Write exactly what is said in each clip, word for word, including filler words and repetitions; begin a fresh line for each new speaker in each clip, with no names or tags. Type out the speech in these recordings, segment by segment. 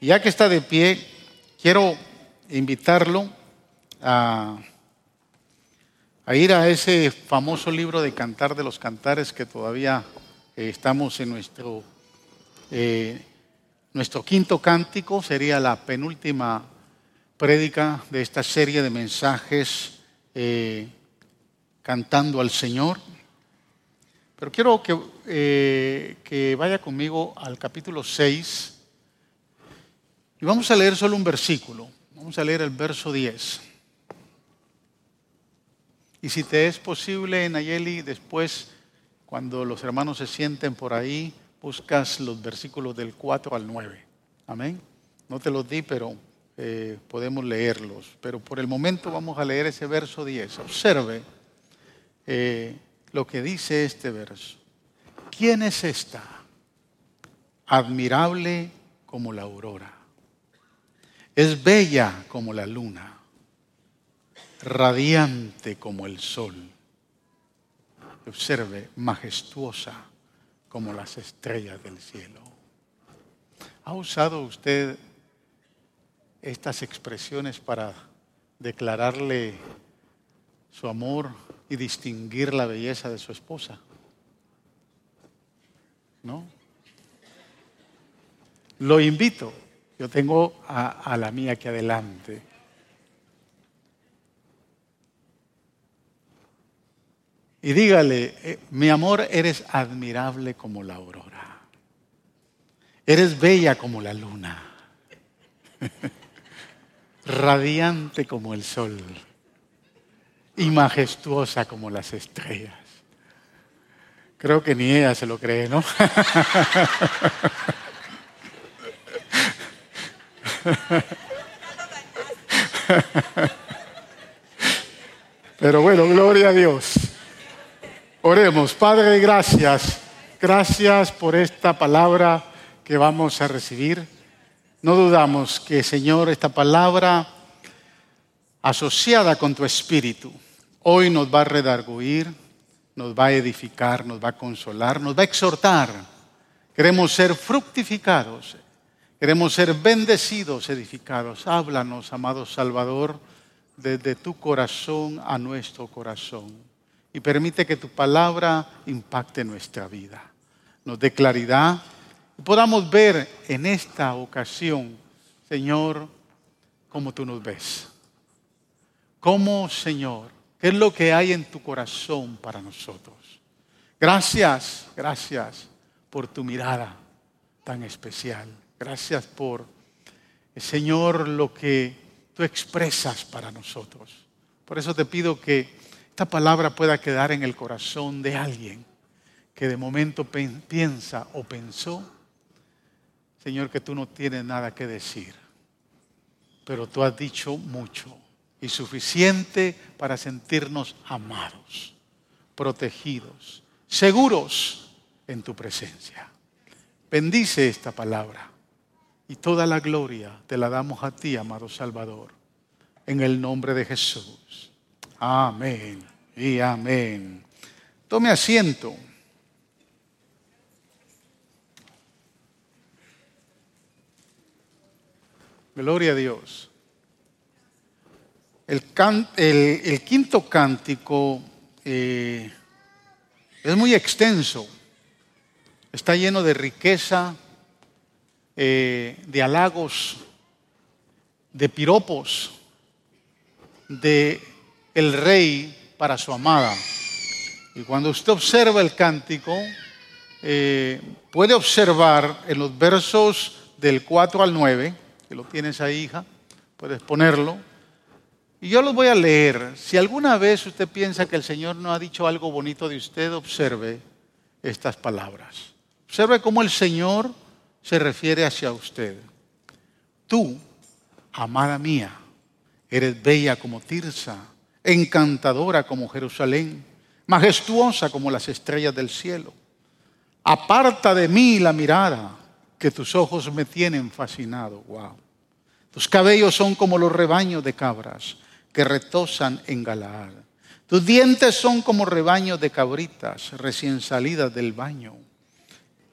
Y ya que está de pie, quiero invitarlo a, a ir a ese famoso libro de Cantar de los Cantares que todavía eh, estamos en nuestro, eh, nuestro quinto cántico. Sería la penúltima prédica de esta serie de mensajes eh, cantando al Señor. Pero quiero que, eh, que vaya conmigo al capítulo seis. Y vamos a leer solo un versículo. Vamos a leer el verso diez. Y si te es posible, Nayeli, después, cuando los hermanos se sienten por ahí, buscas los versículos del cuatro al nueve. Amén. No te los di, pero eh, podemos leerlos. Pero por el momento vamos a leer ese verso diez. Observe eh, lo que dice este verso. ¿Quién es esta? Admirable como la aurora. Es bella como la luna, radiante como el sol. Observe, majestuosa como las estrellas del cielo. ¿Ha usado usted estas expresiones para declararle su amor y distinguir la belleza de su esposa? ¿No? Lo invito. Yo tengo a, a la mía aquí adelante. Y dígale, eh, mi amor, eres admirable como la aurora. Eres bella como la luna. Radiante como el sol. Y majestuosa como las estrellas. Creo que ni ella se lo cree, ¿no? Pero bueno, gloria a Dios. Oremos. Padre, gracias. Gracias por esta palabra que vamos a recibir. No dudamos que, Señor, esta palabra asociada con tu Espíritu hoy nos va a redarguir, nos va a edificar, nos va a consolar, nos va a exhortar. Queremos ser fructificados. Queremos ser bendecidos, edificados. Háblanos, amado Salvador, desde tu corazón a nuestro corazón. Y permite que tu palabra impacte nuestra vida. Nos dé claridad y podamos ver en esta ocasión, Señor, cómo tú nos ves. Cómo, Señor, qué es lo que hay en tu corazón para nosotros. Gracias, gracias por tu mirada tan especial. Gracias por, Señor, lo que tú expresas para nosotros. Por eso te pido que esta palabra pueda quedar en el corazón de alguien que de momento piensa o pensó, Señor, que tú no tienes nada que decir. Pero tú has dicho mucho y suficiente para sentirnos amados, protegidos, seguros en tu presencia. Bendice esta palabra. Y toda la gloria te la damos a ti, amado Salvador, en el nombre de Jesús. Amén y amén. Tome asiento. Gloria a Dios. El, can, el, el quinto cántico eh, es muy extenso. Está lleno de riqueza. Eh, de halagos, de piropos de el rey para su amada. Y cuando usted observa el cántico, eh, puede observar en los versos del cuatro al nueve, que lo tienes ahí, hija, puedes ponerlo, y yo los voy a leer. Si alguna vez usted piensa que el Señor no ha dicho algo bonito de usted, observe estas palabras. Observe cómo el Señor se refiere hacia usted. Tú, amada mía, eres bella como Tirsa, encantadora como Jerusalén, majestuosa como las estrellas del cielo. Aparta de mí la mirada, que tus ojos me tienen fascinado. Wow. Tus cabellos son como los rebaños de cabras que retozan en Galaad. Tus dientes son como rebaños de cabritas recién salidas del baño.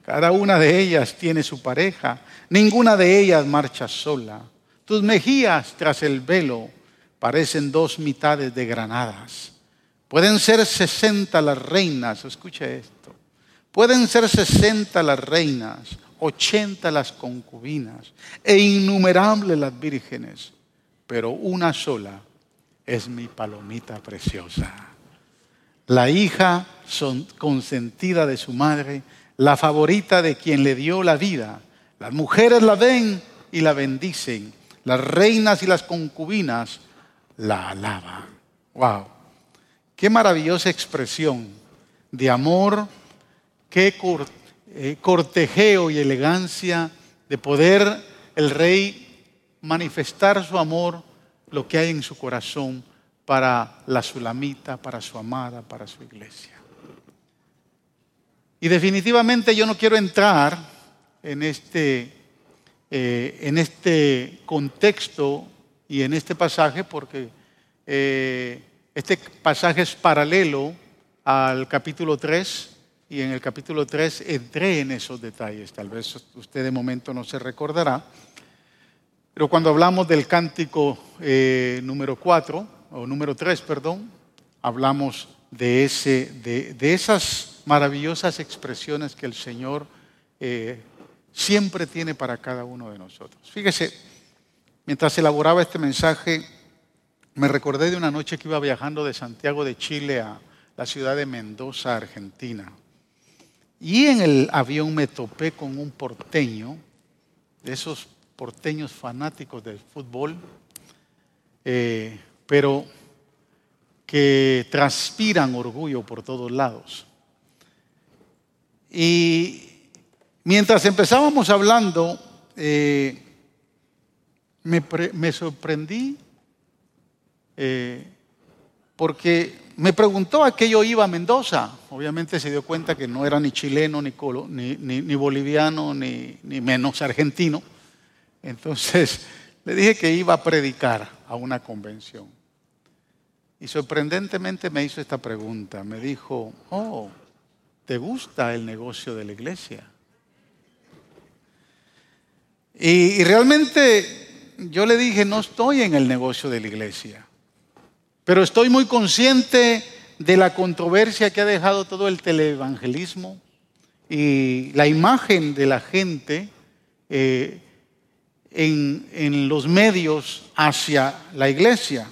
Cada una de ellas tiene su pareja. Ninguna de ellas marcha sola. Tus mejillas tras el velo parecen dos mitades de granadas. Pueden ser sesenta las reinas, escucha esto. Pueden ser sesenta las reinas, ochenta las concubinas e innumerables las vírgenes, pero una sola es mi palomita preciosa. La hija son consentida de su madre, la favorita de quien le dio la vida. Las mujeres la ven y la bendicen. Las reinas y las concubinas la alaban. ¡Wow! Qué maravillosa expresión de amor, qué cortejeo y elegancia de poder el rey manifestar su amor, lo que hay en su corazón para la sulamita, para su amada, para su iglesia. Y definitivamente yo no quiero entrar en este, eh, en este contexto y en este pasaje porque eh, este pasaje es paralelo al capítulo tres y en el capítulo tres entré en esos detalles. Tal vez usted de momento no se recordará, pero cuando hablamos del cántico eh, número cuatro, o número tres, perdón, hablamos de, ese, de, de esas maravillosas expresiones que el Señor eh, siempre tiene para cada uno de nosotros. Fíjese, mientras elaboraba este mensaje, me recordé de una noche que iba viajando de Santiago de Chile a la ciudad de Mendoza, Argentina. Y en el avión me topé con un porteño, de esos porteños fanáticos del fútbol, eh, pero que transpiran orgullo por todos lados. Y mientras empezábamos hablando, eh, me, pre, me sorprendí eh, porque me preguntó a qué yo iba a Mendoza. Obviamente se dio cuenta que no era ni chileno, ni, colo, ni, ni, ni boliviano, ni, ni menos argentino. Entonces le dije que iba a predicar a una convención. Y sorprendentemente me hizo esta pregunta. Me dijo, oh, ¿te gusta el negocio de la iglesia? Y, y realmente yo le dije, no estoy en el negocio de la iglesia, pero estoy muy consciente de la controversia que ha dejado todo el teleevangelismo y la imagen de la gente eh, en, en los medios hacia la iglesia.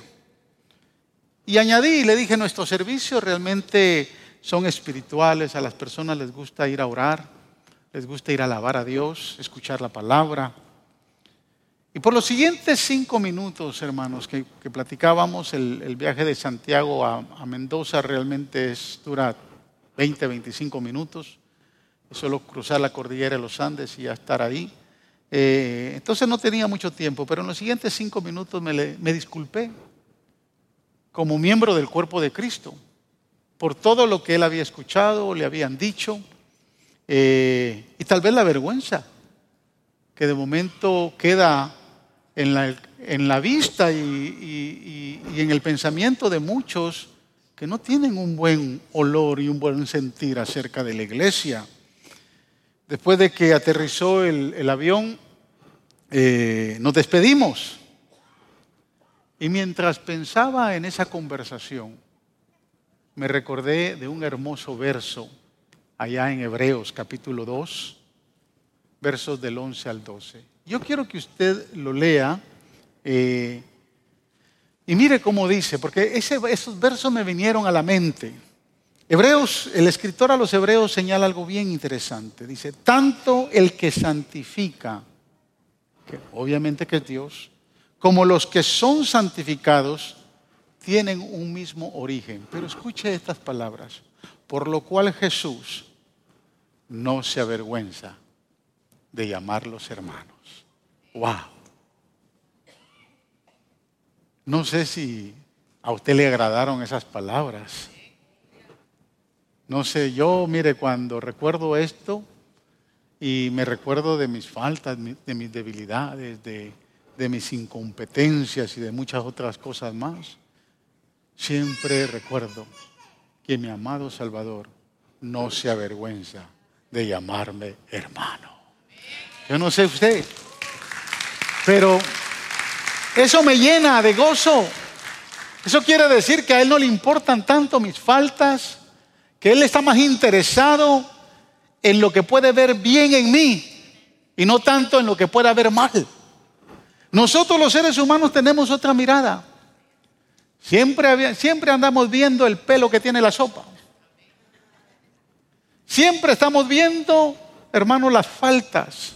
Y añadí, le dije, nuestros servicios realmente son espirituales, a las personas les gusta ir a orar, les gusta ir a alabar a Dios, escuchar la palabra. Y por los siguientes cinco minutos, hermanos, que, que platicábamos, el, el viaje de Santiago a, a Mendoza realmente es, dura veinte, veinticinco minutos. Es solo cruzar la cordillera de los Andes y ya estar ahí. Eh, entonces no tenía mucho tiempo, pero en los siguientes cinco minutos me, le, me disculpé como miembro del cuerpo de Cristo por todo lo que él había escuchado, le habían dicho, eh, y tal vez la vergüenza que de momento queda en la, en la vista y, y, y, y en el pensamiento de muchos que no tienen un buen olor y un buen sentir acerca de la iglesia. Después de que aterrizó el, el avión, eh, nos despedimos. Y mientras pensaba en esa conversación, me recordé de un hermoso verso allá en Hebreos capítulo dos, versos del once al doce. Yo quiero que usted lo lea eh, y mire cómo dice, porque ese, esos versos me vinieron a la mente. Hebreos, el escritor a los Hebreos señala algo bien interesante. Dice, tanto el que santifica, que obviamente que es Dios, como los que son santificados tienen un mismo origen. Pero escuche estas palabras. Por lo cual Jesús no se avergüenza de llamarlos hermanos. ¡Wow! No sé si a usted le agradaron esas palabras. No sé, yo, mire, cuando recuerdo esto y me recuerdo de mis faltas, de mis debilidades, de... de mis incompetencias y de muchas otras cosas más, siempre recuerdo que mi amado Salvador no se avergüenza de llamarme hermano. Yo no sé usted, pero eso me llena de gozo. Eso quiere decir que a Él no le importan tanto mis faltas, que Él está más interesado en lo que puede ver bien en mí y no tanto en lo que pueda ver mal. Nosotros los seres humanos tenemos otra mirada. Siempre, siempre andamos viendo el pelo que tiene la sopa. Siempre estamos viendo, hermanos, las faltas,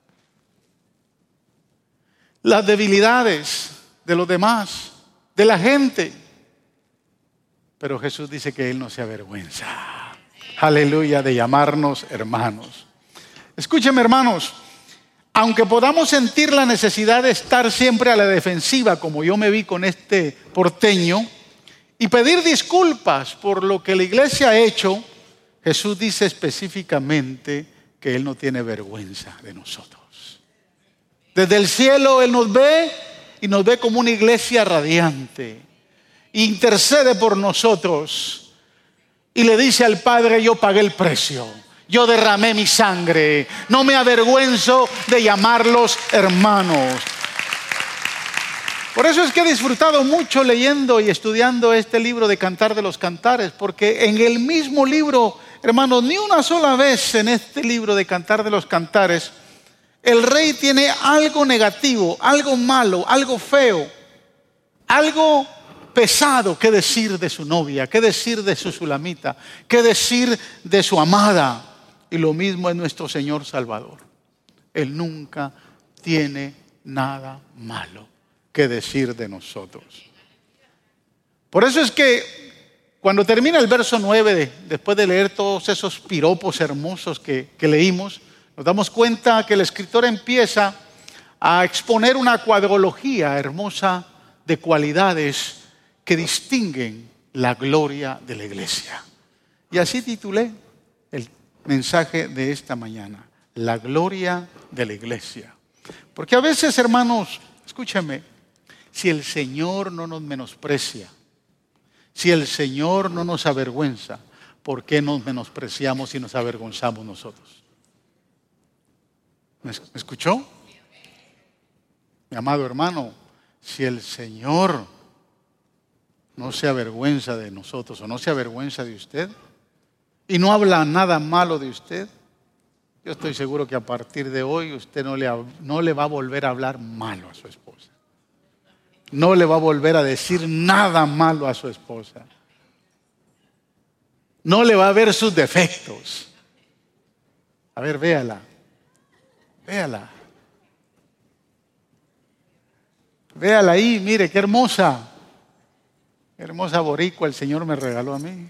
las debilidades de los demás, de la gente. Pero Jesús dice que Él no se avergüenza, aleluya, de llamarnos hermanos. Escúcheme, hermanos, aunque podamos sentir la necesidad de estar siempre a la defensiva, como yo me vi con este porteño, y pedir disculpas por lo que la iglesia ha hecho, Jesús dice específicamente que Él no tiene vergüenza de nosotros. Desde el cielo Él nos ve y nos ve como una iglesia radiante. Intercede por nosotros y le dice al Padre: yo pagué el precio, yo derramé mi sangre, no me avergüenzo de llamarlos hermanos. Por eso es que he disfrutado mucho leyendo y estudiando este libro de Cantar de los Cantares, porque en el mismo libro, hermanos, ni una sola vez en este libro de Cantar de los Cantares el rey tiene algo negativo, algo malo, algo feo, algo pesado que decir de su novia, que decir de su sulamita, que decir de su amada. Y lo mismo es nuestro Señor Salvador. Él nunca tiene nada malo que decir de nosotros. Por eso es que cuando termina el verso nueve, después de leer todos esos piropos hermosos que, que leímos, nos damos cuenta que el escritor empieza a exponer una cuadrología hermosa de cualidades que distinguen la gloria de la iglesia. Y así titulé el mensaje de esta mañana: la gloria de la iglesia. Porque a veces, hermanos, escúchame, si el Señor no nos menosprecia, si el Señor no nos avergüenza, ¿por qué nos menospreciamos y nos avergonzamos nosotros? ¿Me escuchó? Mi amado hermano, si el Señor no se avergüenza de nosotros o no se avergüenza de usted y no habla nada malo de usted, yo estoy seguro que a partir de hoy usted no le, no le va a volver a hablar malo a su esposa. No le va a volver a decir nada malo a su esposa. No le va a ver sus defectos. A ver, véala. Véala. Véala ahí, mire, qué hermosa. Qué hermosa boricua el Señor me regaló a mí.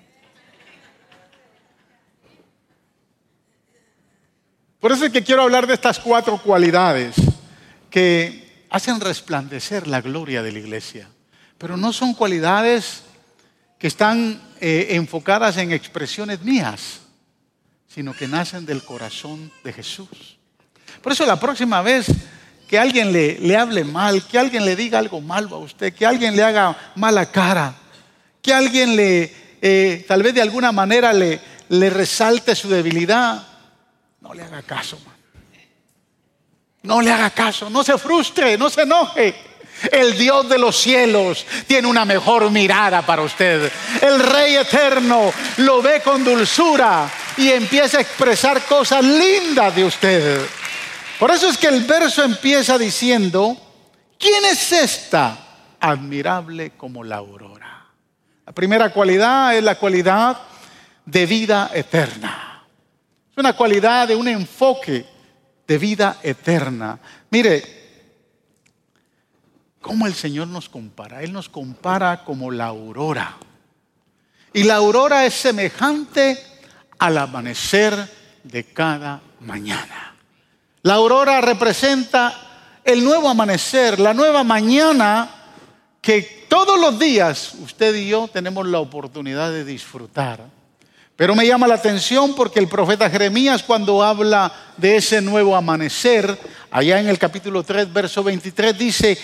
Por eso es que quiero hablar de estas cuatro cualidades que hacen resplandecer la gloria de la iglesia. Pero no son cualidades que están eh, enfocadas en expresiones mías, sino que nacen del corazón de Jesús. Por eso la próxima vez que alguien le, le hable mal, que alguien le diga algo malo a usted, que alguien le haga mala cara, que alguien le, eh, tal vez de alguna manera le, le resalte su debilidad, no le haga caso, man. No le haga caso, no se frustre, no se enoje. El Dios de los cielos tiene una mejor mirada para usted. El Rey eterno lo ve con dulzura y empieza a expresar cosas lindas de usted. Por eso es que el verso empieza diciendo: ¿quién es esta admirable como la aurora? La primera cualidad es la cualidad de vida eterna. Es una cualidad de un enfoque de vida eterna. Mire, ¿cómo el Señor nos compara? Él nos compara como la aurora. Y la aurora es semejante al amanecer de cada mañana. La aurora representa el nuevo amanecer, la nueva mañana que todos los días usted y yo tenemos la oportunidad de disfrutar. Pero me llama la atención porque el profeta Jeremías, cuando habla de ese nuevo amanecer, allá en el capítulo tres, verso veintitrés, dice: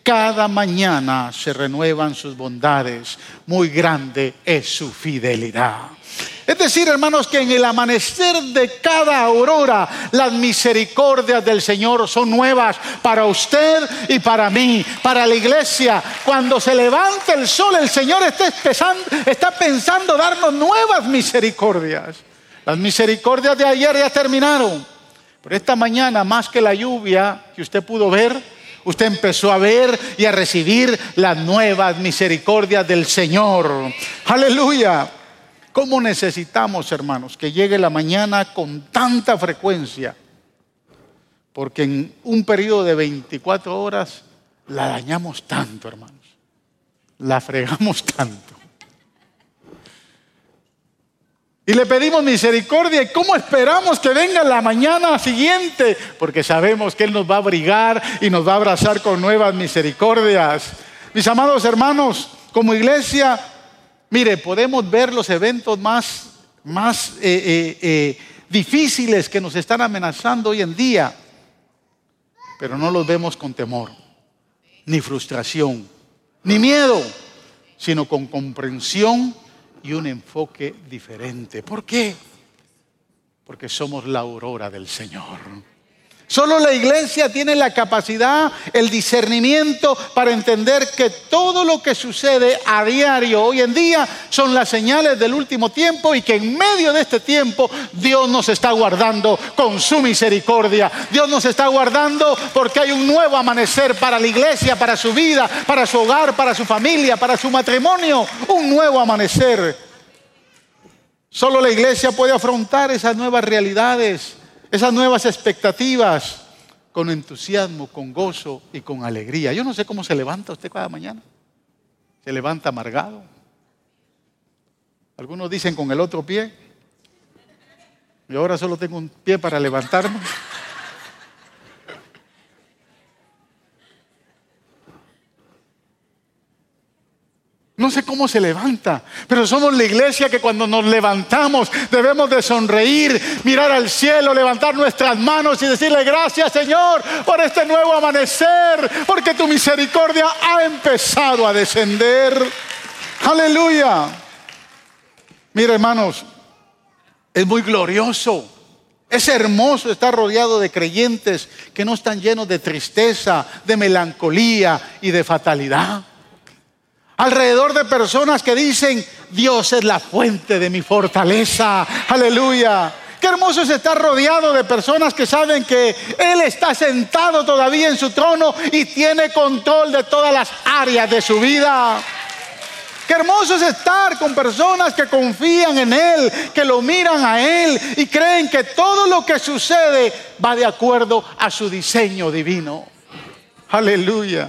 Cada mañana se renuevan sus bondades. Muy grande es su fidelidad. Es decir, hermanos, que en el amanecer de cada aurora las misericordias del Señor son nuevas para usted y para mí, para la iglesia. Cuando se levanta el sol, el Señor está pensando, está pensando darnos nuevas misericordias. Las misericordias de ayer ya terminaron, pero esta mañana, más que la lluvia que usted pudo ver, usted empezó a ver y a recibir las nuevas misericordias del Señor. ¡Aleluya! ¿Cómo necesitamos, hermanos, que llegue la mañana con tanta frecuencia? Porque en un periodo de veinticuatro horas la dañamos tanto, hermanos. La fregamos tanto. Y le pedimos misericordia. ¿Y cómo esperamos que venga la mañana siguiente? Porque sabemos que Él nos va a abrigar y nos va a abrazar con nuevas misericordias. Mis amados hermanos, como iglesia, mire, podemos ver los eventos más, más eh, eh, eh, difíciles que nos están amenazando hoy en día, pero no los vemos con temor, ni frustración, ni miedo, sino con comprensión y un enfoque diferente. ¿Por qué? Porque somos la aurora del Señor. Solo la iglesia tiene la capacidad, el discernimiento para entender que todo lo que sucede a diario hoy en día son las señales del último tiempo y que en medio de este tiempo Dios nos está guardando con su misericordia. Dios nos está guardando porque hay un nuevo amanecer para la iglesia, para su vida, para su hogar, para su familia, para su matrimonio. Un nuevo amanecer. Solo la iglesia puede afrontar esas nuevas realidades, esas nuevas expectativas con entusiasmo, con gozo y con alegría. Yo no sé cómo se levanta usted cada mañana. Se levanta amargado. Algunos dicen con el otro pie. Y ahora solo tengo un pie para levantarme. No sé cómo se levanta, pero somos la iglesia que cuando nos levantamos debemos de sonreír, mirar al cielo, levantar nuestras manos y decirle gracias, Señor, por este nuevo amanecer, porque tu misericordia ha empezado a descender. Aleluya. Mira, hermanos, es muy glorioso. Es hermoso estar rodeado de creyentes que no están llenos de tristeza, de melancolía y de fatalidad. Alrededor de personas que dicen, Dios es la fuente de mi fortaleza. Aleluya. Qué hermoso es estar rodeado de personas que saben que Él está sentado todavía en su trono y tiene control de todas las áreas de su vida. Qué hermoso es estar con personas que confían en Él, que lo miran a Él y creen que todo lo que sucede va de acuerdo a su diseño divino. Aleluya.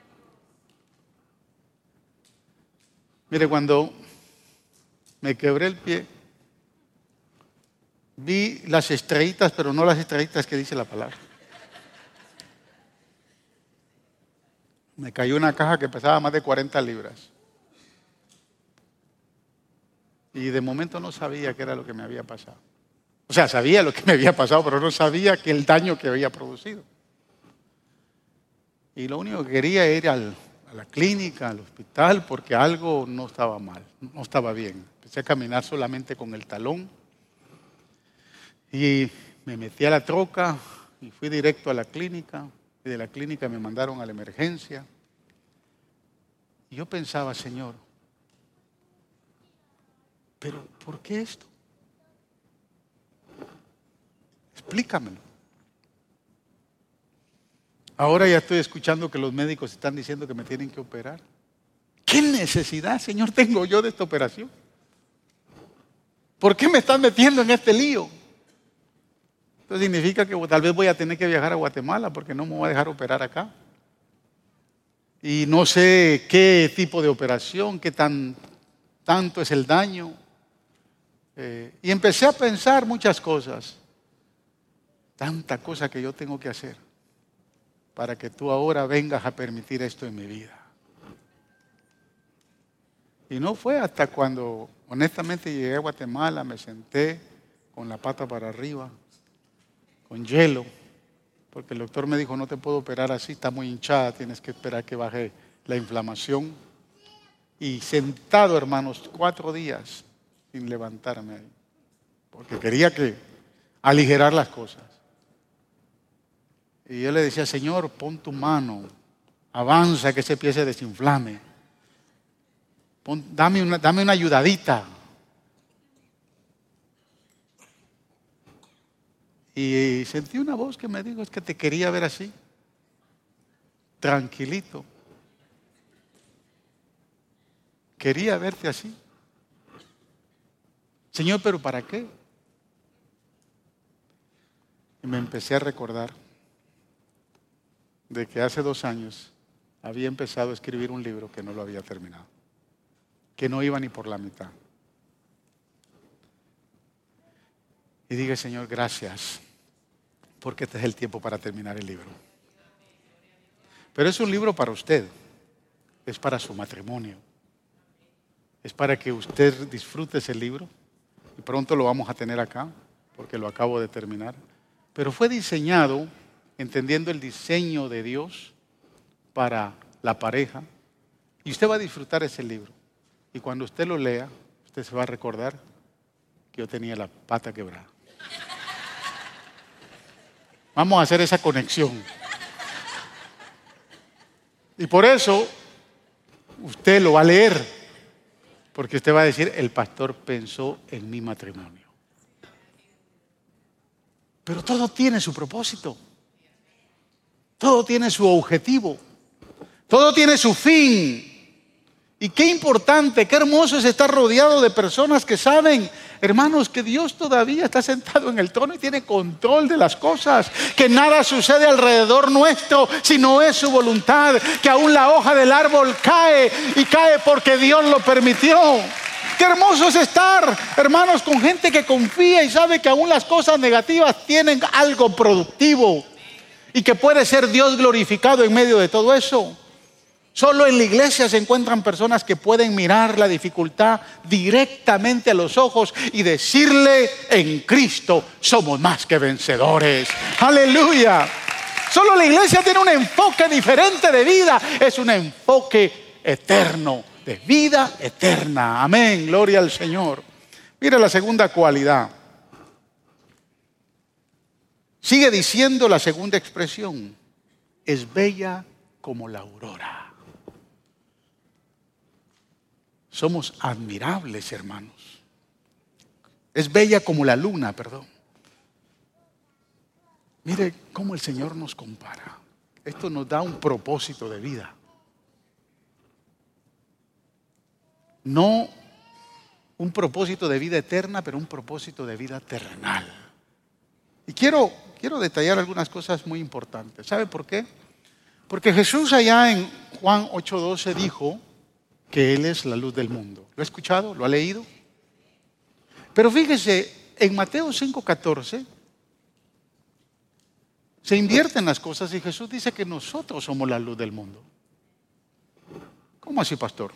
Mire, cuando me quebré el pie, vi las estrellitas, pero no las estrellitas que dice la palabra. Me cayó una caja que pesaba más de cuarenta libras. Y de momento no sabía qué era lo que me había pasado. O sea, sabía lo que me había pasado, pero no sabía que el daño que había producido. Y lo único que quería era ir al... a la clínica, al hospital, porque algo no estaba mal, no estaba bien. Empecé a caminar solamente con el talón y me metí a la troca y fui directo a la clínica y de la clínica me mandaron a la emergencia. Y yo pensaba, Señor, pero ¿por qué esto? Explícamelo. Ahora ya estoy escuchando que los médicos están diciendo que me tienen que operar. ¿Qué necesidad, Señor, tengo yo de esta operación? ¿Por qué me están metiendo en este lío? Esto significa que tal vez voy a tener que viajar a Guatemala porque no me voy a dejar operar acá. Y no sé qué tipo de operación, qué tan, tanto es el daño. Eh, y empecé a pensar muchas cosas. Tanta cosa que yo tengo que hacer para que tú ahora vengas a permitir esto en mi vida. Y no fue hasta cuando honestamente llegué a Guatemala, me senté con la pata para arriba, con hielo, porque el doctor me dijo, no te puedo operar así, está muy hinchada, tienes que esperar que baje la inflamación. Y sentado, hermanos, cuatro días sin levantarme ahí, porque quería que aligerar las cosas. Y yo le decía, Señor, pon tu mano, avanza que ese pie se desinflame. Pon, dame, una, dame una ayudadita. Y sentí una voz que me dijo, es que te quería ver así, tranquilito. Quería verte así. Señor, ¿pero para qué? Y me empecé a recordar de que hace dos años había empezado a escribir un libro que no lo había terminado, que no iba ni por la mitad. Y dije, Señor, gracias, porque este es el tiempo para terminar el libro. Pero es un libro para usted, es para su matrimonio, es para que usted disfrute ese libro, y pronto lo vamos a tener acá, porque lo acabo de terminar. Pero fue diseñado entendiendo el diseño de Dios para la pareja, y usted va a disfrutar ese libro. Y cuando usted lo lea, usted se va a recordar que yo tenía la pata quebrada. Vamos a hacer esa conexión. Y por eso usted lo va a leer, porque usted va a decir, el pastor pensó en mi matrimonio. Pero todo tiene su propósito. Todo tiene su objetivo. Todo tiene su fin. Y qué importante, qué hermoso es estar rodeado de personas que saben, hermanos, que Dios todavía está sentado en el trono y tiene control de las cosas, que nada sucede alrededor nuestro si no es su voluntad, que aún la hoja del árbol cae y cae porque Dios lo permitió. Qué hermoso es estar, hermanos, con gente que confía y sabe que aún las cosas negativas tienen algo productivo y que puede ser Dios glorificado en medio de todo eso. Solo en la iglesia se encuentran personas que pueden mirar la dificultad directamente a los ojos y decirle, en Cristo somos más que vencedores. ¡Aleluya! Solo la iglesia tiene un enfoque diferente de vida. Es un enfoque eterno, de vida eterna. Amén, gloria al Señor. Mira la segunda cualidad. Sigue diciendo la segunda expresión. Es bella como la aurora. Somos admirables, hermanos. Es bella como la luna, perdón. Mire cómo el Señor nos compara. Esto nos da un propósito de vida. No un propósito de vida eterna, pero un propósito de vida terrenal. Y quiero, quiero detallar algunas cosas muy importantes. ¿Sabe por qué? Porque Jesús allá en Juan ocho doce dijo que Él es la luz del mundo. ¿Lo ha escuchado? ¿Lo ha leído? Pero fíjese, en Mateo cinco catorce se invierten las cosas y Jesús dice que nosotros somos la luz del mundo. ¿Cómo así, pastor?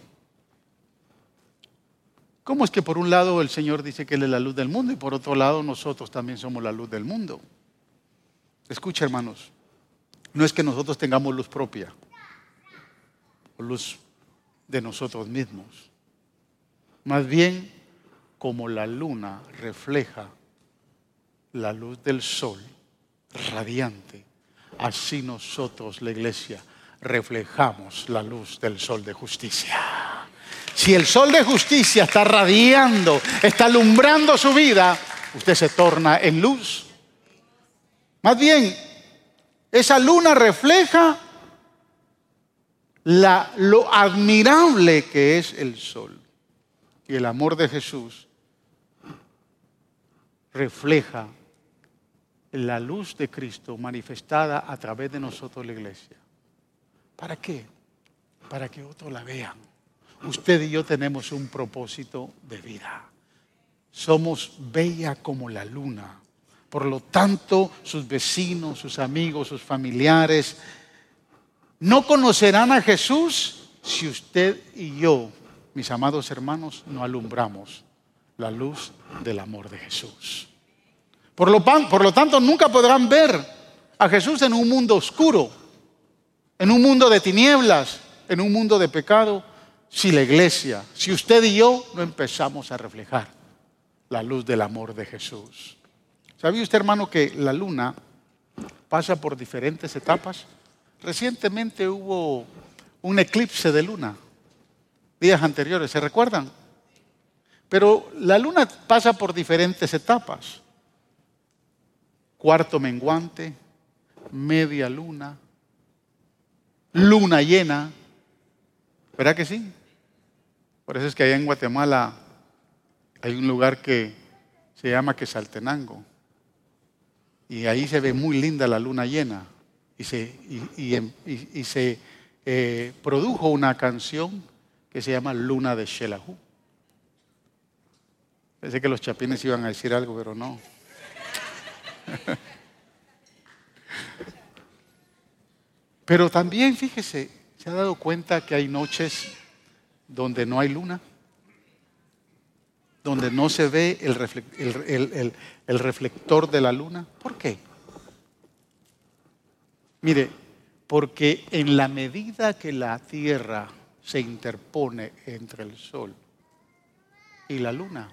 ¿Cómo es que por un lado el Señor dice que Él es la luz del mundo y por otro lado nosotros también somos la luz del mundo? Escucha, hermanos, no es que nosotros tengamos luz propia o luz de nosotros mismos. Más bien, como la luna refleja la luz del sol radiante, así nosotros, la iglesia, reflejamos la luz del sol de justicia. Si el sol de justicia está radiando, está alumbrando su vida, usted se torna en luz. Más bien, esa luna refleja La, lo admirable que es el sol. Y el amor de Jesús refleja la luz de Cristo manifestada a través de nosotros, la iglesia. ¿Para qué? Para que otros la vean. Usted y yo tenemos un propósito de vida. Somos bella como la luna. Por lo tanto, sus vecinos, sus amigos, sus familiares no conocerán a Jesús si usted y yo, mis amados hermanos, no alumbramos la luz del amor de Jesús. Por lo, por lo tanto, nunca podrán ver a Jesús en un mundo oscuro, en un mundo de tinieblas, en un mundo de pecado, si la iglesia, si usted y yo no empezamos a reflejar la luz del amor de Jesús? ¿Sabía usted, hermano, que la luna pasa por diferentes etapas? Recientemente hubo un eclipse de luna, días anteriores, ¿se recuerdan? Pero la luna pasa por diferentes etapas. Cuarto menguante, media luna, luna llena. ¿Verdad que sí? Por eso es que allá en Guatemala hay un lugar que se llama Quesaltenango. Y ahí se ve muy linda la luna llena. Y se, y, y, y, y se eh, produjo una canción que se llama Luna de Xelajú. Pensé que los chapines iban a decir algo, pero no. Pero también, fíjese, ¿se ha dado cuenta que hay noches donde no hay luna? Donde no se ve el, refle- el, el, el, el reflector de la luna. ¿Por qué? Mire, porque en la medida que la tierra se interpone entre el sol y la luna,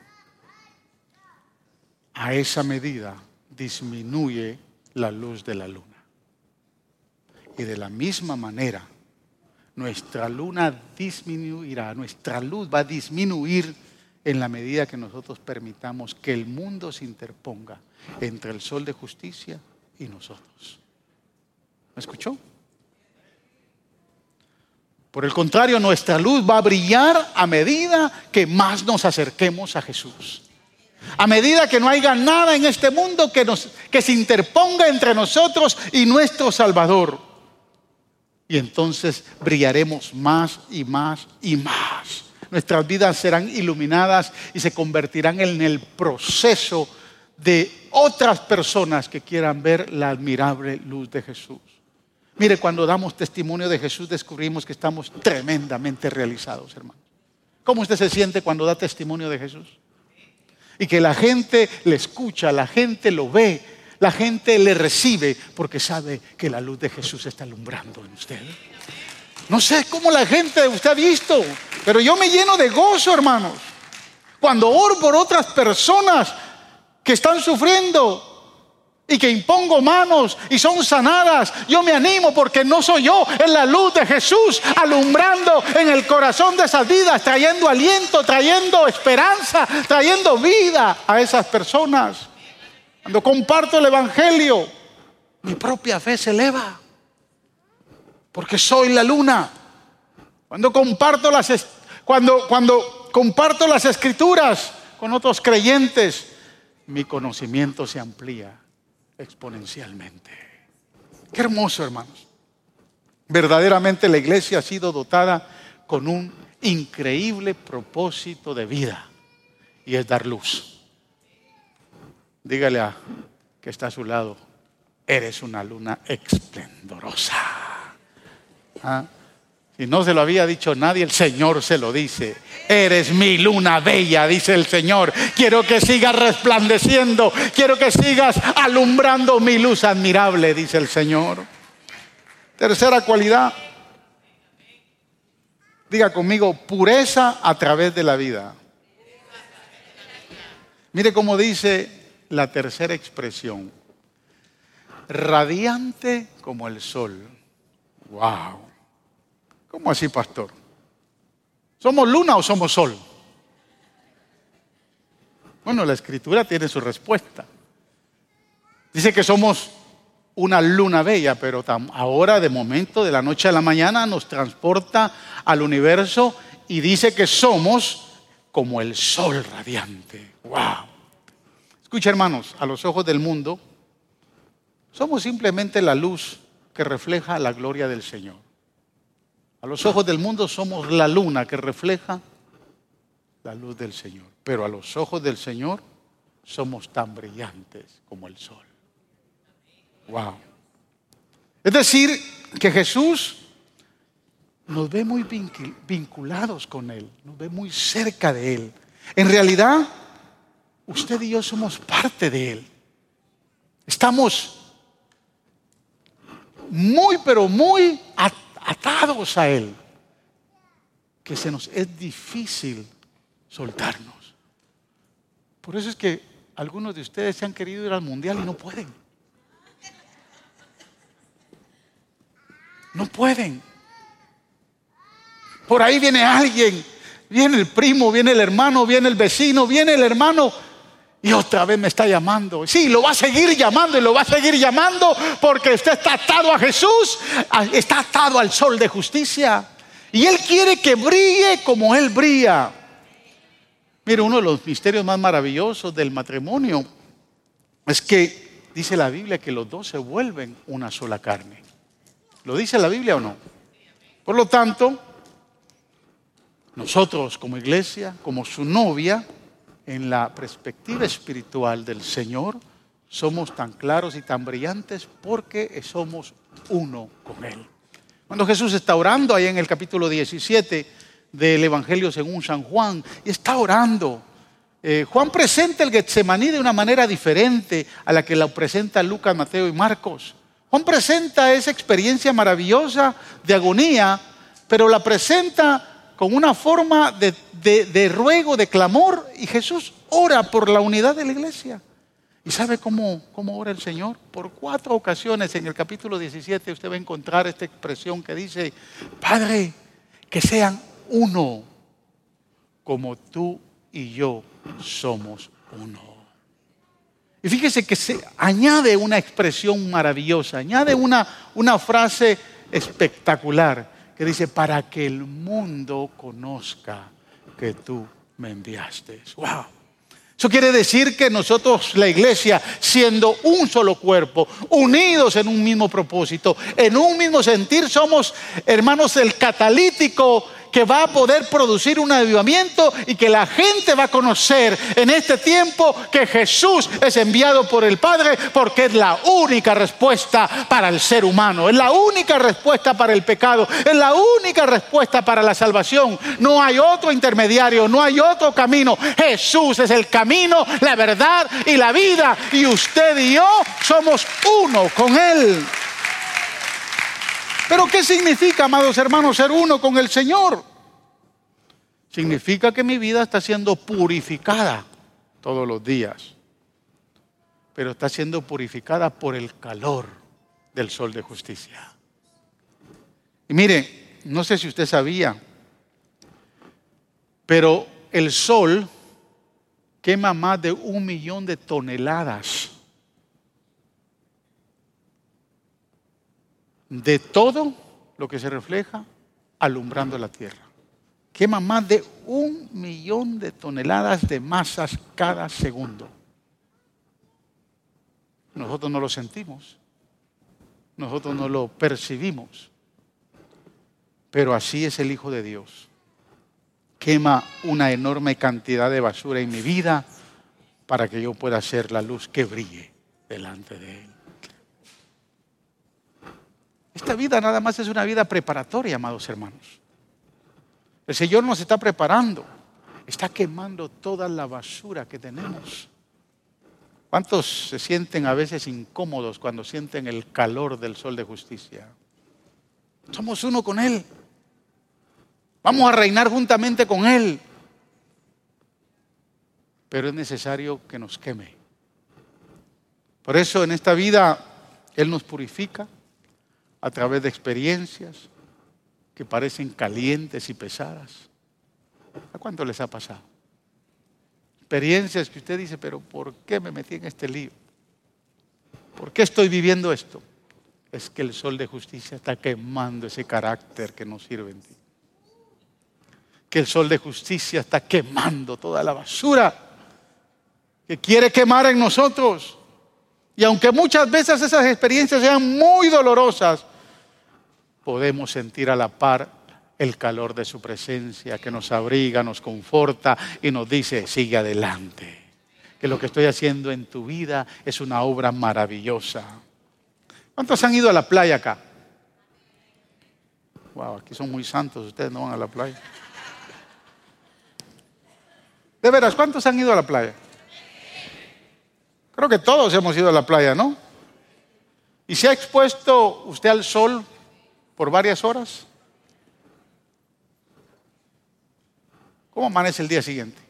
a esa medida disminuye la luz de la luna. Y de la misma manera, nuestra luna disminuirá, nuestra luz va a disminuir en la medida que nosotros permitamos que el mundo se interponga entre el sol de justicia y nosotros. ¿Me escuchó? Por el contrario, nuestra luz va a brillar a medida que más nos acerquemos a Jesús. A medida que no haya nada en este mundo que, nos, que se interponga entre nosotros y nuestro Salvador. Y entonces brillaremos más y más y más. Nuestras vidas serán iluminadas y se convertirán en el proceso de otras personas que quieran ver la admirable luz de Jesús. Mire, cuando damos testimonio de Jesús descubrimos que estamos tremendamente realizados, hermanos. ¿Cómo usted se siente cuando da testimonio de Jesús? Y que la gente le escucha, la gente lo ve, la gente le recibe porque sabe que la luz de Jesús está alumbrando en usted. No sé cómo la gente usted ha visto, pero yo me lleno de gozo, hermanos. Cuando oro por otras personas que están sufriendo y que impongo manos y son sanadas, yo me animo porque no soy yo, es la luz de Jesús alumbrando en el corazón de esas vidas, trayendo aliento, trayendo esperanza, trayendo vida a esas personas. Cuando comparto el evangelio, mi propia fe se eleva porque soy la luna. Cuando comparto las cuando cuando comparto las escrituras con otros creyentes, mi conocimiento se amplía exponencialmente. Qué hermoso, hermanos. Verdaderamente la iglesia ha sido dotada con un increíble propósito de vida y es dar luz. Dígale a que está a su lado, eres una luna esplendorosa. ¿Ah? Si no se lo había dicho nadie, el Señor se lo dice. Eres mi luna bella, dice el Señor. Quiero que sigas resplandeciendo. Quiero que sigas alumbrando mi luz admirable, dice el Señor. Tercera cualidad. Diga conmigo, pureza a través de la vida. Mire cómo dice la tercera expresión. Radiante como el sol. Wow. ¿Cómo así, pastor? ¿Somos luna o somos sol? Bueno, la escritura tiene su respuesta. Dice que somos una luna bella, pero ahora de momento, de la noche a la mañana, nos transporta al universo y dice que somos como el sol radiante. ¡Wow! Escucha, hermanos, a los ojos del mundo, somos simplemente la luz que refleja la gloria del Señor. A los ojos del mundo somos la luna que refleja la luz del Señor. Pero a los ojos del Señor somos tan brillantes como el sol. Wow. Es decir, que Jesús nos ve muy vinculados con Él, nos ve muy cerca de Él. En realidad, usted y yo somos parte de Él. Estamos muy, pero muy atados a Él, que se nos es difícil soltarnos. Por eso es que algunos de ustedes se han querido ir al mundial y no pueden. No pueden. Por ahí viene alguien, viene el primo, viene el hermano, viene el vecino, viene el hermano y otra vez me está llamando. Sí, lo va a seguir llamando y lo va a seguir llamando porque usted está atado a Jesús, está atado al sol de justicia y Él quiere que brille como Él brilla. Mire, uno de los misterios más maravillosos del matrimonio es que dice la Biblia que los dos se vuelven una sola carne. ¿Lo dice la Biblia o no? Por lo tanto, nosotros como iglesia, como su novia, en la perspectiva espiritual del Señor, somos tan claros y tan brillantes porque somos uno con Él. Cuando Jesús está orando ahí en el capítulo diecisiete del Evangelio según San Juan, y está orando, eh, Juan presenta el Getsemaní de una manera diferente a la que lo presenta Lucas, Mateo y Marcos. Juan presenta esa experiencia maravillosa de agonía, pero la presenta con una forma de, de, de ruego, de clamor, y Jesús ora por la unidad de la iglesia. ¿Y sabe cómo, cómo ora el Señor? Por cuatro ocasiones en el capítulo diecisiete usted va a encontrar esta expresión que dice: Padre, que sean uno, como tú y yo somos uno. Y fíjese que se añade una expresión maravillosa, añade una, una frase espectacular que dice: para que el mundo conozca que tú me enviaste. ¡Wow! Eso quiere decir que nosotros, la iglesia, siendo un solo cuerpo, unidos en un mismo propósito, en un mismo sentir, somos, hermanos, el catalítico que va a poder producir un avivamiento y que la gente va a conocer en este tiempo que Jesús es enviado por el Padre, porque es la única respuesta para el ser humano, es la única respuesta para el pecado, es la única respuesta para la salvación. No hay otro intermediario, no hay otro camino. Jesús es el camino, la verdad y la vida, y usted y yo somos uno con Él. Pero ¿qué significa, amados hermanos, ser uno con el Señor? Significa que mi vida está siendo purificada todos los días, pero está siendo purificada por el calor del sol de justicia. Y mire, no sé si usted sabía, pero el sol quema más de un millón de toneladas de todo lo que se refleja alumbrando la tierra. Quema más de un millón de toneladas de masas cada segundo. Nosotros no lo sentimos, nosotros no lo percibimos, pero así es el Hijo de Dios. Quema una enorme cantidad de basura en mi vida para que yo pueda ser la luz que brille delante de Él. Esta vida nada más es una vida preparatoria, amados hermanos. El Señor nos está preparando, está quemando toda la basura que tenemos. ¿Cuántos se sienten a veces incómodos cuando sienten el calor del sol de justicia? Somos uno con Él. Vamos a reinar juntamente con Él. Pero es necesario que nos queme. Por eso en esta vida Él nos purifica a través de experiencias que parecen calientes y pesadas. ¿A cuánto les ha pasado? Experiencias que usted dice: pero ¿por qué me metí en este lío? ¿Por qué estoy viviendo esto? Es que el sol de justicia está quemando ese carácter que no sirve en ti. Que el sol de justicia está quemando toda la basura que quiere quemar en nosotros. Y aunque muchas veces esas experiencias sean muy dolorosas, podemos sentir a la par el calor de su presencia que nos abriga, nos conforta y nos dice: sigue adelante, que lo que estoy haciendo en tu vida es una obra maravillosa. ¿Cuántos han ido a la playa acá? Wow, aquí son muy santos, ustedes no van a la playa. De veras, ¿cuántos han ido a la playa? Creo que todos hemos ido a la playa, ¿no? ¿Y se ha expuesto usted al sol por varias horas? ¿Cómo amanece el día siguiente?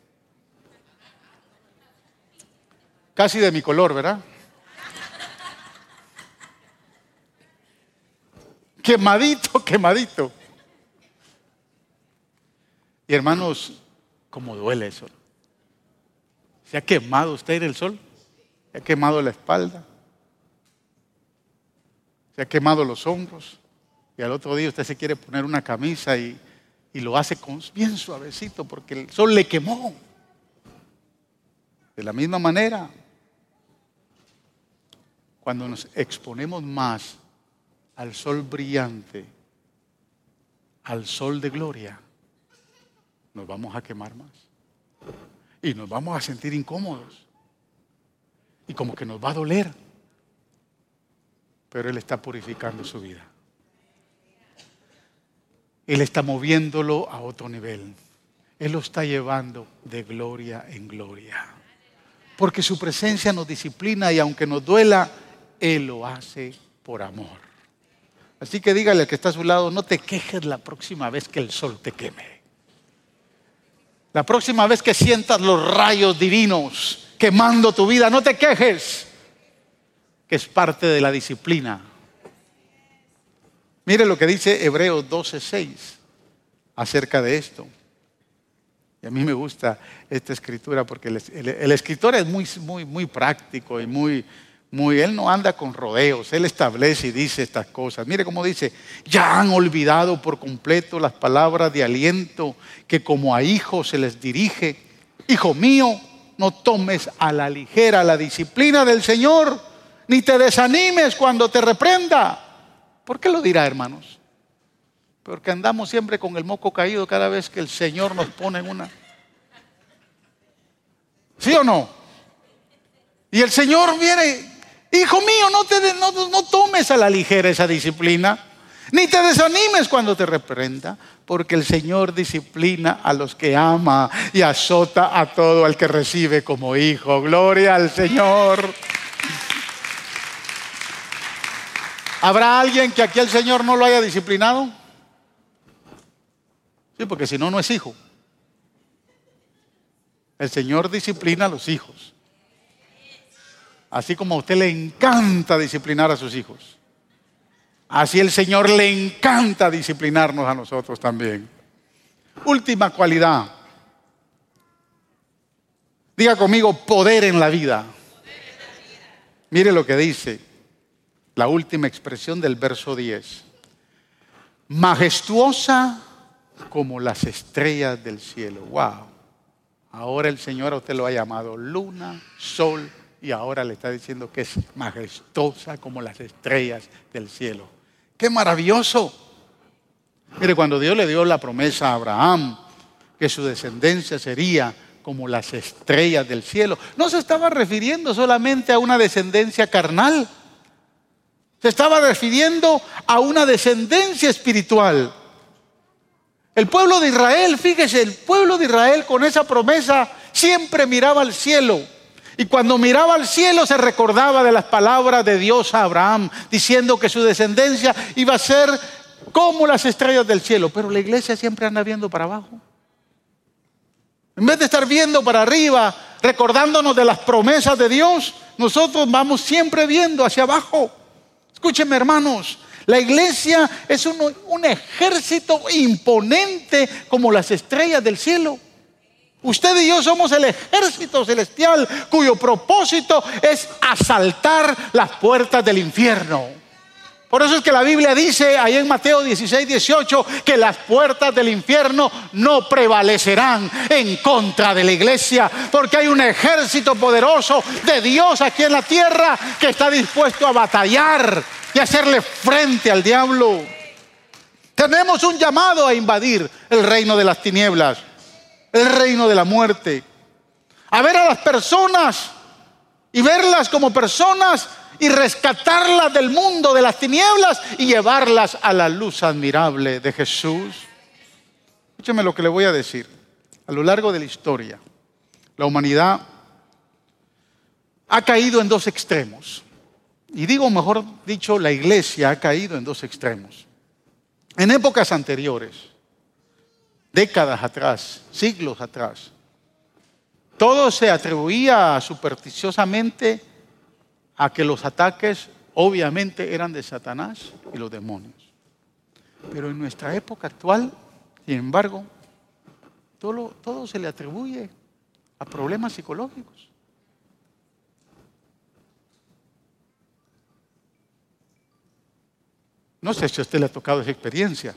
Casi de mi color, ¿verdad? Quemadito, quemadito. Y hermanos, ¿cómo duele eso? ¿Se ha quemado usted en el sol? ¿Se ha quemado la espalda? ¿Se ha quemado los hombros? Y al otro día usted se quiere poner una camisa y, y lo hace con, bien suavecito porque el sol le quemó. De la misma manera, cuando nos exponemos más al sol brillante, al sol de gloria, nos vamos a quemar más. Y nos vamos a sentir incómodos. Y como que nos va a doler. Pero Él está purificando su vida. Él está moviéndolo a otro nivel. Él lo está llevando de gloria en gloria. Porque su presencia nos disciplina y aunque nos duela, Él lo hace por amor. Así que dígale al que está a su lado, no te quejes la próxima vez que el sol te queme. La próxima vez que sientas los rayos divinos quemando tu vida, no te quejes, que es parte de la disciplina. Mire lo que dice Hebreos doce seis acerca de esto. Y a mí me gusta esta escritura porque el, el, el escritor es muy, muy, muy práctico y muy, muy, él no anda con rodeos, él establece y dice estas cosas. Mire cómo dice, ya han olvidado por completo las palabras de aliento que como a hijos se les dirige. Hijo mío, no tomes a la ligera la disciplina del Señor, ni te desanimes cuando te reprenda. ¿Por qué lo dirá, hermanos? Porque andamos siempre con el moco caído cada vez que el Señor nos pone en una. ¿Sí o no? Y el Señor viene, hijo mío, no, te, no, no tomes a la ligera esa disciplina, ni te desanimes cuando te reprenda, porque el Señor disciplina a los que ama y azota a todo el que recibe como hijo. Gloria al Señor. ¿Habrá alguien que aquí el Señor no lo haya disciplinado? Sí, porque si no, no es hijo. El Señor disciplina a los hijos. Así como a usted le encanta disciplinar a sus hijos, así el Señor le encanta disciplinarnos a nosotros también. Última cualidad. Diga conmigo, poder en la vida. Mire lo que dice la última expresión del verso diez. Majestuosa como las estrellas del cielo. Wow. Ahora el Señor a usted lo ha llamado luna, sol, y ahora le está diciendo que es majestuosa como las estrellas del cielo. ¡Qué maravilloso! Mire, cuando Dios le dio la promesa a Abraham que su descendencia sería como las estrellas del cielo, no se estaba refiriendo solamente a una descendencia carnal. Se estaba refiriendo a una descendencia espiritual. El pueblo de Israel, fíjese, el pueblo de Israel con esa promesa siempre miraba al cielo. Y cuando miraba al cielo se recordaba de las palabras de Dios a Abraham, diciendo que su descendencia iba a ser como las estrellas del cielo. Pero la iglesia siempre anda viendo para abajo. En vez de estar viendo para arriba, recordándonos de las promesas de Dios, nosotros vamos siempre viendo hacia abajo. Escúchenme, hermanos, la iglesia es un, un ejército imponente como las estrellas del cielo. Usted y yo somos el ejército celestial cuyo propósito es asaltar las puertas del infierno. Por eso es que la Biblia dice ahí en Mateo dieciséis, dieciocho que las puertas del infierno no prevalecerán en contra de la iglesia, porque hay un ejército poderoso de Dios aquí en la tierra que está dispuesto a batallar y hacerle frente al diablo. Tenemos un llamado a invadir el reino de las tinieblas, el reino de la muerte, a ver a las personas y verlas como personas y rescatarlas del mundo de las tinieblas y llevarlas a la luz admirable de Jesús. Escúcheme lo que le voy a decir. A lo largo de la historia, la humanidad ha caído en dos extremos. y digo mejor dicho, la iglesia ha caído en dos extremos. En épocas anteriores, décadas atrás, siglos atrás, todo se atribuía supersticiosamente a que los ataques obviamente eran de Satanás y los demonios. Pero en nuestra época actual, sin embargo, todo, todo se le atribuye a problemas psicológicos. No sé si a usted le ha tocado esa experiencia.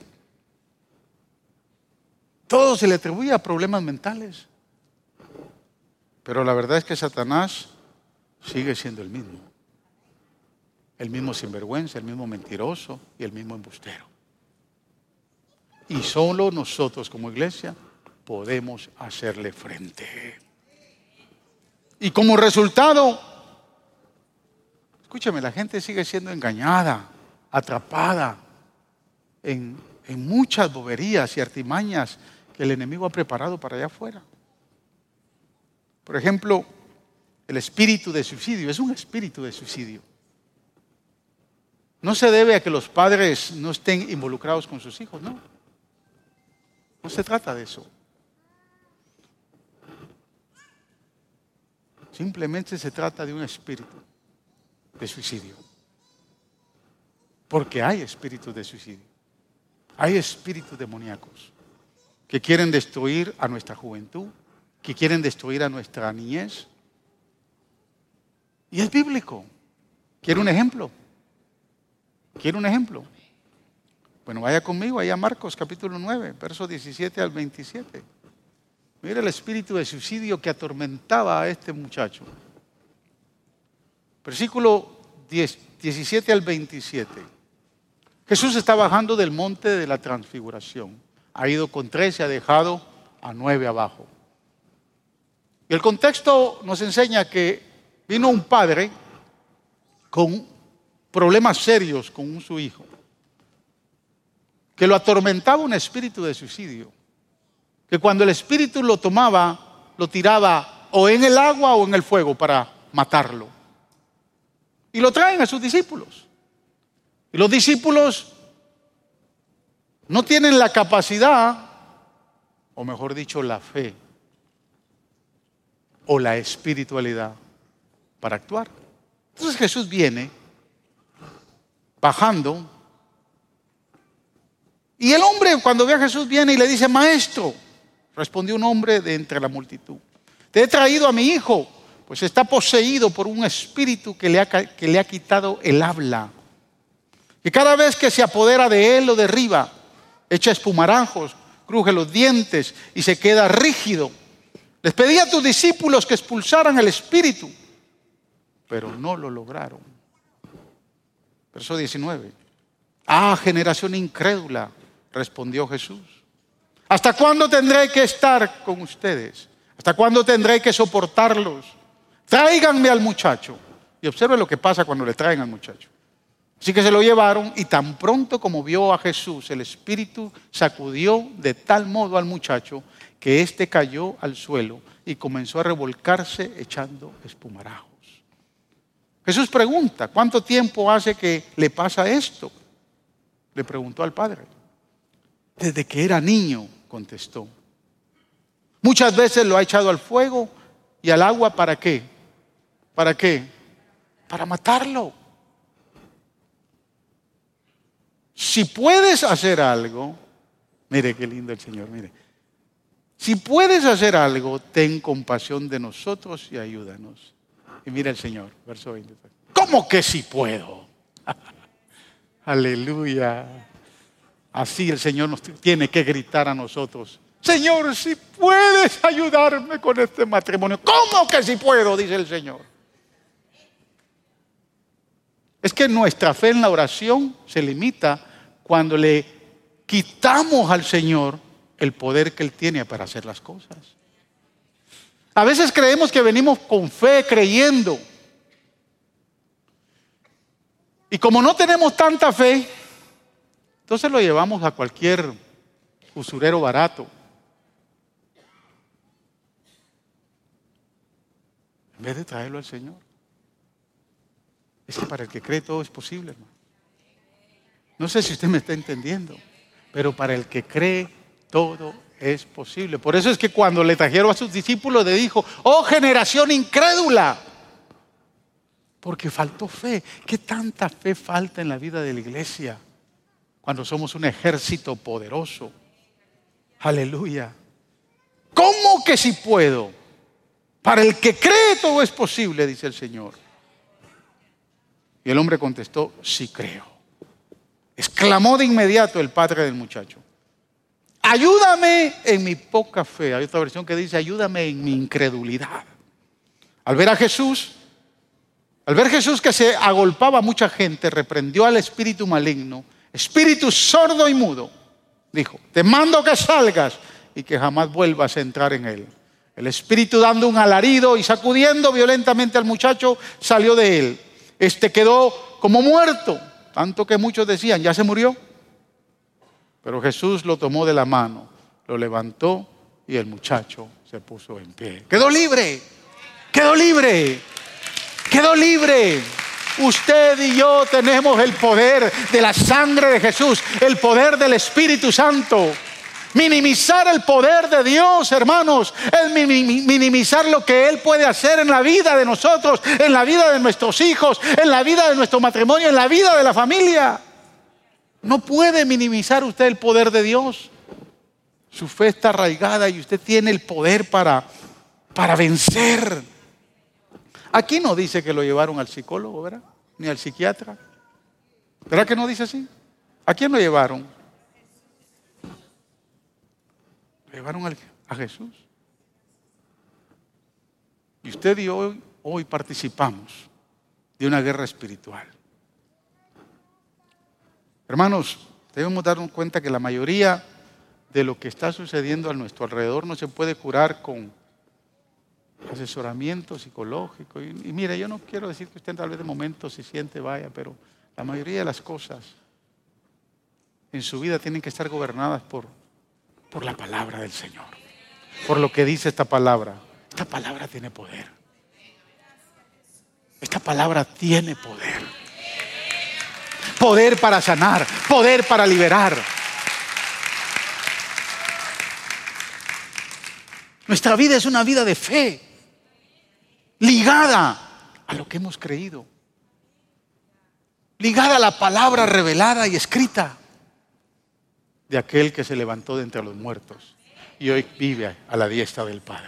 Todo se le atribuye a problemas mentales. Pero la verdad es que Satanás sigue siendo el mismo. El mismo sinvergüenza, el mismo mentiroso y el mismo embustero. Y solo nosotros como iglesia podemos hacerle frente. Y como resultado, escúchame, la gente sigue siendo engañada, atrapada en, en muchas boberías y artimañas que el enemigo ha preparado para allá afuera. Por ejemplo, el espíritu de suicidio es un espíritu de suicidio. No se debe a que los padres no estén involucrados con sus hijos, no. No se trata de eso. Simplemente se trata de un espíritu de suicidio. Porque hay espíritus de suicidio. Hay espíritus demoníacos que quieren destruir a nuestra juventud, que quieren destruir a nuestra niñez. Y es bíblico. ¿Quiere un ejemplo? ¿Quiere un ejemplo? Bueno, vaya conmigo ahí a Marcos capítulo nueve, versos diecisiete al veintisiete. Mira el espíritu de suicidio que atormentaba a este muchacho. Versículo diez, diecisiete al veintisiete. Jesús está bajando del monte de la transfiguración. Ha ido con tres y ha dejado a nueve abajo. Y el contexto nos enseña que vino un padre con problemas serios con su hijo, que lo atormentaba un espíritu de suicidio, que cuando el espíritu lo tomaba, lo tiraba o en el agua o en el fuego para matarlo. Y lo traen a sus discípulos. Y los discípulos no tienen la capacidad, o mejor dicho, la fe, o la espiritualidad para actuar. Entonces Jesús viene bajando. Y el hombre, cuando ve a Jesús, viene y le dice: maestro, respondió un hombre de entre la multitud, te he traído a mi hijo, pues está poseído por un espíritu que le ha, que le ha quitado el habla, que cada vez que se apodera de él lo derriba, echa espumarajos, cruje los dientes y se queda rígido. Les pedí a tus discípulos que expulsaran el espíritu, pero no lo lograron. Verso diecinueve. Ah, generación incrédula, respondió Jesús. ¿Hasta cuándo tendré que estar con ustedes? ¿Hasta cuándo tendré que soportarlos? Tráiganme al muchacho. Y observe lo que pasa cuando le traen al muchacho. Así que se lo llevaron y tan pronto como vio a Jesús, el espíritu sacudió de tal modo al muchacho que éste cayó al suelo y comenzó a revolcarse echando espumarajos. Jesús pregunta: ¿cuánto tiempo hace que le pasa esto? Le preguntó al padre. Desde que era niño, contestó. Muchas veces lo ha echado al fuego y al agua. ¿Para qué? ¿Para qué? Para matarlo. Si puedes hacer algo, mire qué lindo el Señor, mire. Si puedes hacer algo, ten compasión de nosotros y ayúdanos. Y mira el Señor, verso veinte. ¿Cómo que si puedo? Aleluya. Así el Señor nos tiene que gritar a nosotros: Señor, si puedes ayudarme con este matrimonio. ¿Cómo que si puedo? Dice el Señor. Es que nuestra fe en la oración se limita cuando le quitamos al Señor el poder que Él tiene para hacer las cosas. A veces creemos que venimos con fe, creyendo. Y como no tenemos tanta fe, entonces lo llevamos a cualquier usurero barato. En vez de traerlo al Señor. Es que para el que cree todo es posible, hermano. No sé si usted me está entendiendo, pero para el que cree todo es posible. Por eso es que cuando le trajeron a sus discípulos le dijo: oh generación incrédula, porque faltó fe. ¿Qué tanta fe falta en la vida de la iglesia cuando somos un ejército poderoso? Aleluya. ¿Cómo que si puedo? Para el que cree todo es posible, dice el Señor. Y el hombre contestó: sí creo. Exclamó de inmediato el padre del muchacho: ayúdame en mi poca fe. Hay otra versión que dice: ayúdame en mi incredulidad. Al ver a Jesús, al ver Jesús que se agolpaba a mucha gente, reprendió al espíritu maligno: espíritu sordo y mudo, dijo, te mando que salgas y que jamás vuelvas a entrar en él. El espíritu, dando un alarido y sacudiendo violentamente al muchacho, salió de él. Este quedó como muerto, tanto que muchos decían: ya se murió. Pero Jesús lo tomó de la mano, lo levantó y el muchacho se puso en pie. Quedó libre, quedó libre, quedó libre. Usted y yo tenemos el poder de la sangre de Jesús, el poder del Espíritu Santo. Minimizar el poder de Dios, hermanos, es minimizar lo que Él puede hacer en la vida de nosotros, en la vida de nuestros hijos, en la vida de nuestro matrimonio, en la vida de la familia. No puede minimizar usted el poder de Dios. Su fe está arraigada y usted tiene el poder para, para vencer. Aquí no dice que lo llevaron al psicólogo, ¿verdad? Ni al psiquiatra. ¿Verdad que no dice así? ¿A quién lo llevaron? Lo llevaron a Jesús. Y usted y yo hoy participamos de una guerra espiritual. Hermanos, debemos darnos cuenta que la mayoría de lo que está sucediendo a nuestro alrededor no se puede curar con asesoramiento psicológico. Y, y mire, yo no quiero decir que usted tal vez de momento se siente, vaya, pero la mayoría de las cosas en su vida tienen que estar gobernadas por, por la palabra del Señor, por lo que dice esta palabra. Esta palabra tiene poder. Esta palabra tiene poder. Poder para sanar, poder para liberar. Nuestra vida es una vida de fe, ligada a lo que hemos creído, ligada a la palabra revelada y escrita de aquel que se levantó de entre los muertos y hoy vive a la diestra del Padre.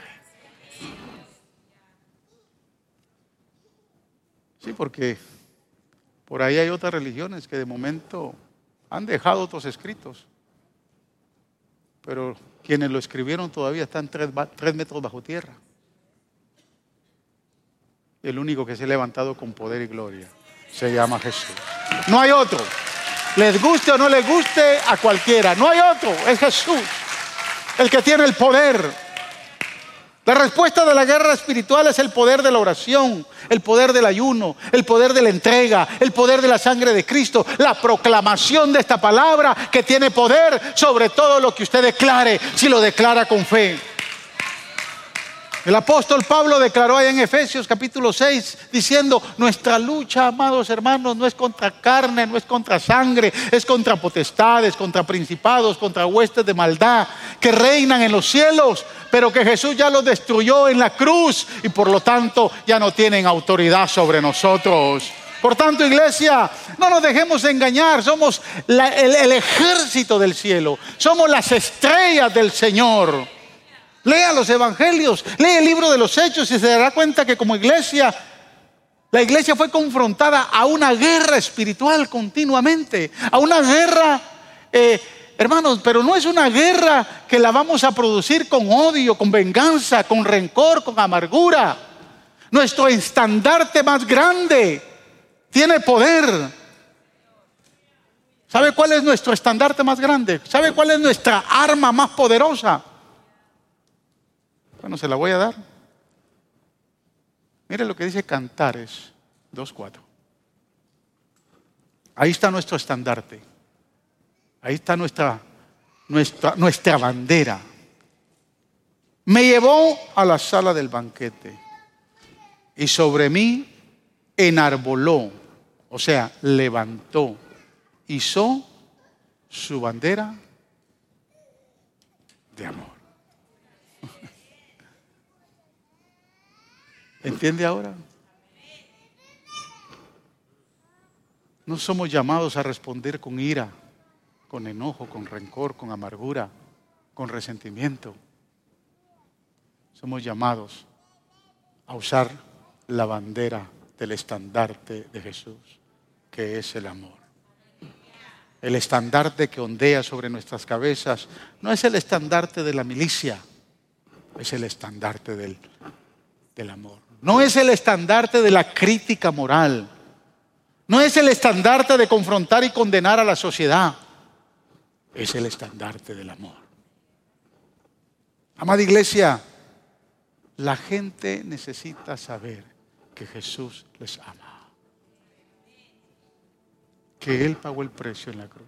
Sí, porque por ahí hay otras religiones que de momento han dejado otros escritos, pero quienes lo escribieron todavía están tres, tres metros bajo tierra. El único que se ha levantado con poder y gloria se llama Jesús. No hay otro. Les guste o no les guste a cualquiera, no hay otro. Es Jesús el que tiene el poder. La respuesta de la guerra espiritual es el poder de la oración, el poder del ayuno, el poder de la entrega, el poder de la sangre de Cristo, la proclamación de esta palabra que tiene poder sobre todo lo que usted declare, si lo declara con fe. El apóstol Pablo declaró allá en Efesios capítulo seis diciendo: nuestra lucha, amados hermanos, no es contra carne, no es contra sangre, es contra potestades, contra principados, contra huestes de maldad que reinan en los cielos, pero que Jesús ya los destruyó en la cruz y por lo tanto ya no tienen autoridad sobre nosotros. Por tanto, iglesia, no nos dejemos engañar. Somos la, el, el ejército del cielo, somos las estrellas del Señor. Lea los evangelios, lee el libro de los Hechos y se dará cuenta que como iglesia, la iglesia fue confrontada a una guerra espiritual continuamente, a una guerra, eh, hermanos, pero no es una guerra que la vamos a producir con odio, con venganza, con rencor, con amargura. Nuestro estandarte más grande tiene poder. ¿Sabe cuál es nuestro estandarte más grande? ¿Sabe cuál es nuestra arma más poderosa? Bueno, se la voy a dar. Mire lo que dice Cantares dos cuatro. Ahí está nuestro estandarte. Ahí está nuestra, nuestra, nuestra bandera. Me llevó a la sala del banquete y sobre mí enarboló O sea, levantó, hizo su bandera de amor. ¿Entiende ahora? No somos llamados a responder con ira, con enojo, con rencor, con amargura, con resentimiento. Somos llamados a usar la bandera del estandarte de Jesús, que es el amor. El estandarte que ondea sobre nuestras cabezas no es el estandarte de la milicia, es el estandarte del, del amor. No es el estandarte de la crítica moral. No es el estandarte de confrontar y condenar a la sociedad. Es el estandarte del amor. Amada iglesia, la gente necesita saber que Jesús les ama. Que Él pagó el precio en la cruz.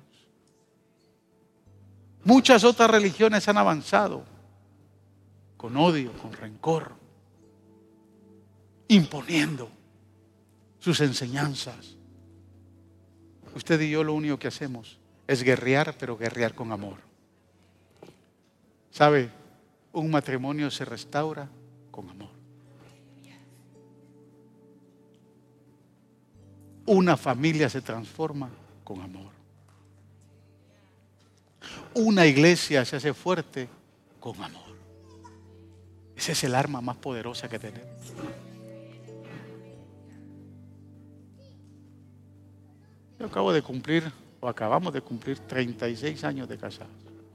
Muchas otras religiones han avanzado con odio, con rencor, imponiendo sus enseñanzas. Usted y yo lo único que hacemos es guerrear, pero guerrear con amor. ¿Sabe? Un matrimonio se restaura con amor. Una familia se transforma con amor. Una iglesia se hace fuerte con amor. Ese es el arma más poderosa que tenemos. Yo acabo de cumplir, o acabamos de cumplir treinta y seis años de casados.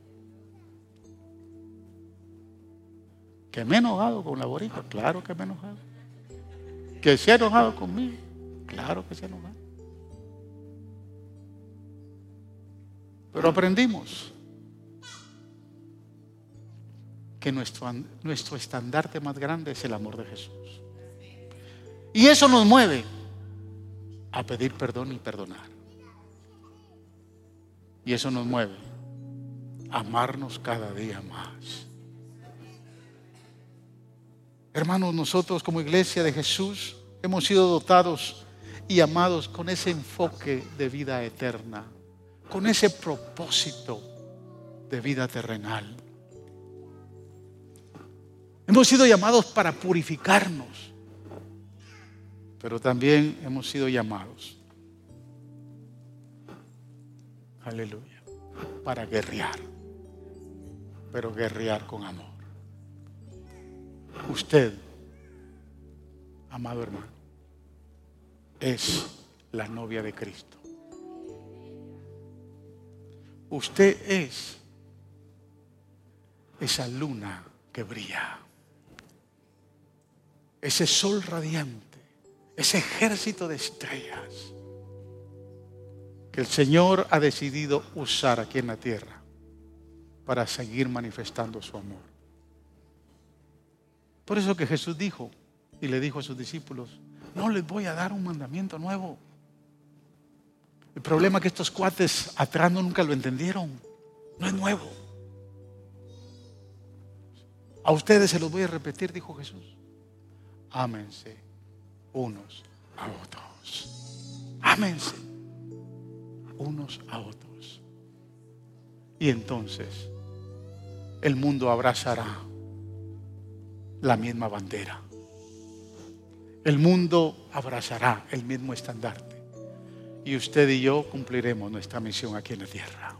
¿Que me he enojado con la boricua? Claro que me he enojado. ¿Que se ha enojado conmigo? Claro que se ha enojado. Pero aprendimos que nuestro, nuestro estandarte más grande es el amor de Jesús. Y eso nos mueve a pedir perdón y perdonar. Y eso nos mueve a amarnos cada día más. Hermanos, nosotros como iglesia de Jesús hemos sido dotados y amados con ese enfoque de vida eterna, con ese propósito de vida terrenal. Hemos sido llamados para purificarnos, pero también hemos sido llamados, aleluya, para guerrear, pero guerrear con amor. Usted, amado hermano, es la novia de Cristo. Usted es esa luna que brilla, ese sol radiante, ese ejército de estrellas que el Señor ha decidido usar aquí en la tierra para seguir manifestando su amor. Por eso que Jesús dijo y le dijo a sus discípulos: no les voy a dar un mandamiento nuevo. El problema es que estos cuates atrás no nunca lo entendieron. No es nuevo. A ustedes se los voy a repetir, dijo Jesús. Ámense unos a otros. Ámense unos a otros. Y entonces el mundo abrazará la misma bandera. El mundo abrazará el mismo estandarte. Y usted y yo cumpliremos nuestra misión aquí en la tierra.